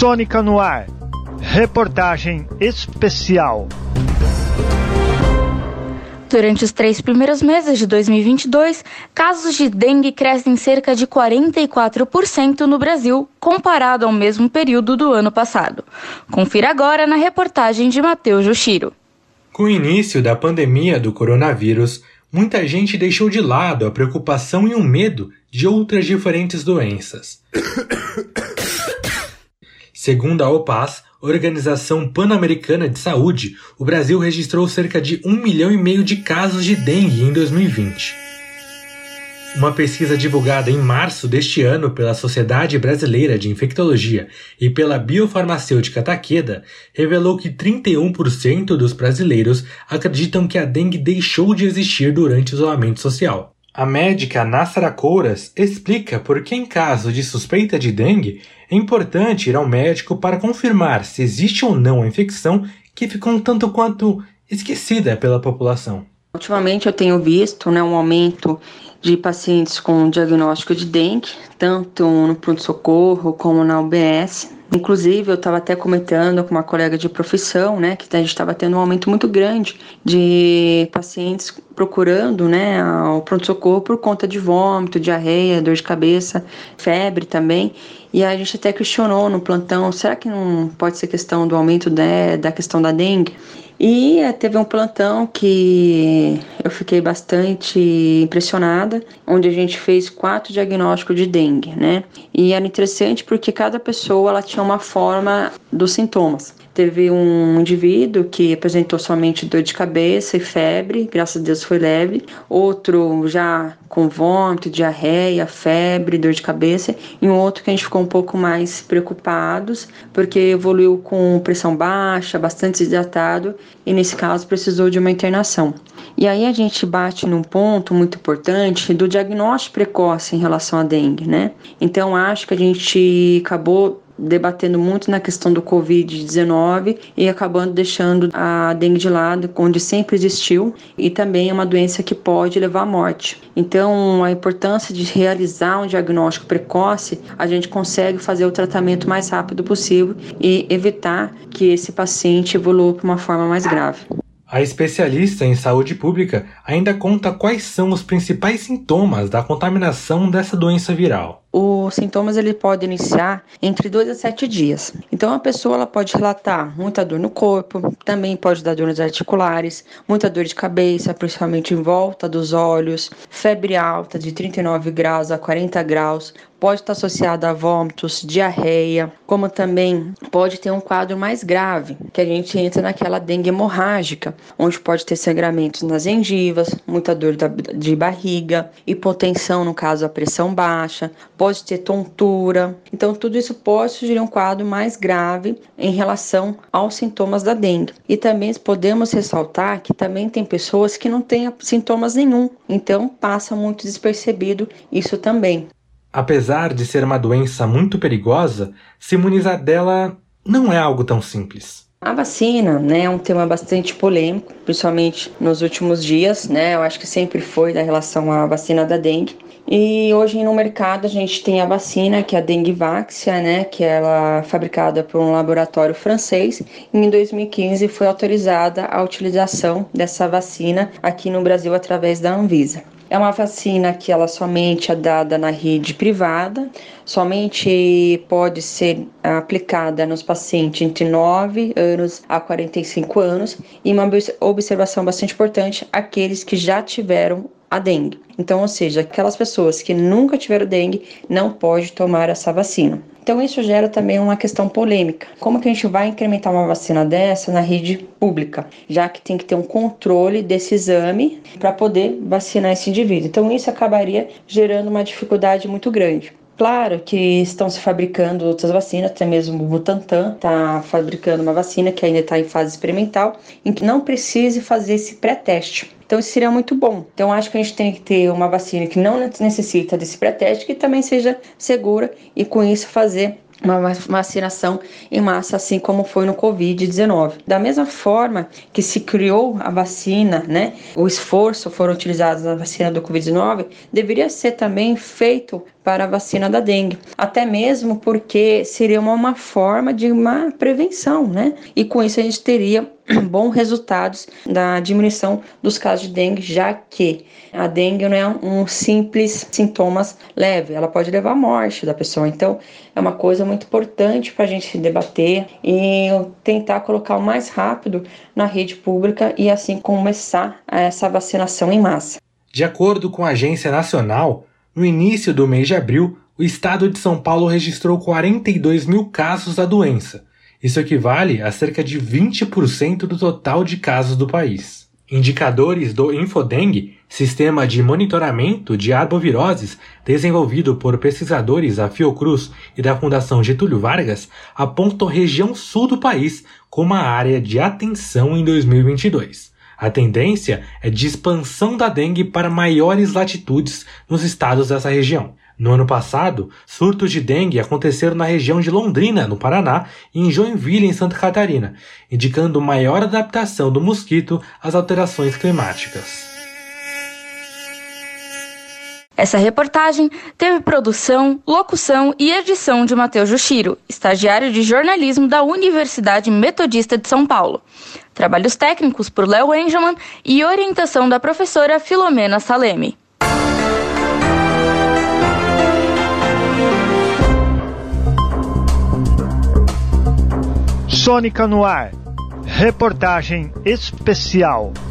Amazônica no ar. Reportagem especial. Durante os 3 primeiros meses de 2022, casos de dengue crescem cerca de 44% no Brasil, comparado ao mesmo período do ano passado. Confira agora na reportagem de Matheus Jushiro. Com o início da pandemia do coronavírus, muita gente deixou de lado a preocupação e o medo de outras diferentes doenças. Segundo a OPAS, Organização Pan-Americana de Saúde, o Brasil registrou cerca de 1,5 milhão de casos de dengue em 2020. Uma pesquisa divulgada em março deste ano pela Sociedade Brasileira de Infectologia e pela biofarmacêutica Takeda revelou que 31% dos brasileiros acreditam que a dengue deixou de existir durante o isolamento social. A médica Nassara Couras explica por que, em caso de suspeita de dengue, é importante ir ao médico para confirmar se existe ou não a infecção que ficou um tanto quanto esquecida pela população. Ultimamente eu tenho visto um aumento de pacientes com diagnóstico de dengue, tanto no pronto-socorro como na UBS. Inclusive, eu estava até comentando com uma colega de profissão, que a gente estava tendo um aumento muito grande de pacientes procurando, o pronto-socorro por conta de vômito, diarreia, dor de cabeça, febre também. E a gente até questionou no plantão, será que não pode ser questão do aumento da questão da dengue? E teve um plantão que eu fiquei bastante impressionada, onde a gente fez 4 diagnósticos de dengue, E era interessante porque cada pessoa ela tinha uma forma dos sintomas. Teve um indivíduo que apresentou somente dor de cabeça e febre, graças a Deus foi leve. Outro já com vômito, diarreia, febre, dor de cabeça. E um outro que a gente ficou um pouco mais preocupados, porque evoluiu com pressão baixa, bastante desidratado, e nesse caso precisou de uma internação. E aí a gente bate num ponto muito importante do diagnóstico precoce em relação à dengue, Então acho que a gente acabou debatendo muito na questão do Covid-19 e acabando deixando a dengue de lado, onde sempre existiu, e também é uma doença que pode levar à morte. Então, a importância de realizar um diagnóstico precoce, a gente consegue fazer o tratamento mais rápido possível e evitar que esse paciente evolua para uma forma mais grave. A especialista em saúde pública ainda conta quais são os principais sintomas da contaminação dessa doença viral. Os sintomas ele pode iniciar entre 2 a 7 dias. Então a pessoa ela pode relatar muita dor no corpo, também pode dar dor nas articulares, muita dor de cabeça, principalmente em volta dos olhos, febre alta de 39 graus a 40 graus, pode estar associada a vômitos, diarreia, como também pode ter um quadro mais grave, que a gente entra naquela dengue hemorrágica, onde pode ter sangramentos nas gengivas, muita dor de barriga, hipotensão no caso a pressão baixa, pode ter tontura. Então tudo isso pode sugerir um quadro mais grave em relação aos sintomas da dengue. E também podemos ressaltar que também tem pessoas que não têm sintomas nenhum, então passa muito despercebido isso também. Apesar de ser uma doença muito perigosa, se imunizar dela não é algo tão simples. A vacina, é um tema bastante polêmico, principalmente nos últimos dias, Eu acho que sempre foi da relação à vacina da dengue. E hoje no mercado a gente tem a vacina, que é a Dengvaxia, que ela é fabricada por um laboratório francês. E em 2015 foi autorizada a utilização dessa vacina aqui no Brasil através da Anvisa. É uma vacina que ela somente é dada na rede privada, somente pode ser aplicada nos pacientes entre 9 anos a 45 anos e uma observação bastante importante, aqueles que já tiveram a dengue. Então, ou seja, aquelas pessoas que nunca tiveram dengue não podem tomar essa vacina. Então isso gera também uma questão polêmica. Como que a gente vai incrementar uma vacina dessa na rede pública? Já que tem que ter um controle desse exame para poder vacinar esse indivíduo. Então isso acabaria gerando uma dificuldade muito grande. Claro que estão se fabricando outras vacinas, até mesmo o Butantan está fabricando uma vacina que ainda está em fase experimental, em que não precise fazer esse pré-teste. Então isso seria muito bom. Então acho que a gente tem que ter uma vacina que não necessita desse pré-teste, que também seja segura e com isso fazer uma vacinação em massa, assim como foi no Covid-19. Da mesma forma que se criou a vacina, né, o esforço foram utilizados na vacina do Covid-19, deveria ser também feito para a vacina da dengue, até mesmo porque seria uma forma de uma prevenção, né? E com isso a gente teria bons resultados da diminuição dos casos de dengue, já que a dengue não é um simples sintomas leve, ela pode levar à morte da pessoa. Então é uma coisa muito importante para a gente debater e tentar colocar o mais rápido na rede pública e assim começar essa vacinação em massa. De acordo com a Agência Nacional, no início do mês de abril, o estado de São Paulo registrou 42 mil casos da doença. Isso equivale a cerca de 20% do total de casos do país. Indicadores do Infodengue, sistema de monitoramento de arboviroses desenvolvido por pesquisadores da Fiocruz e da Fundação Getúlio Vargas, apontam a região sul do país como a área de atenção em 2022. A tendência é de expansão da dengue para maiores latitudes nos estados dessa região. No ano passado, surtos de dengue aconteceram na região de Londrina, no Paraná, e em Joinville, em Santa Catarina, indicando maior adaptação do mosquito às alterações climáticas. Essa reportagem teve produção, locução e edição de Matheus Jushiro, estagiário de jornalismo da Universidade Metodista de São Paulo. Trabalhos técnicos por Léo Engelmann e orientação da professora Filomena Salemi. Sônica no ar. Reportagem especial.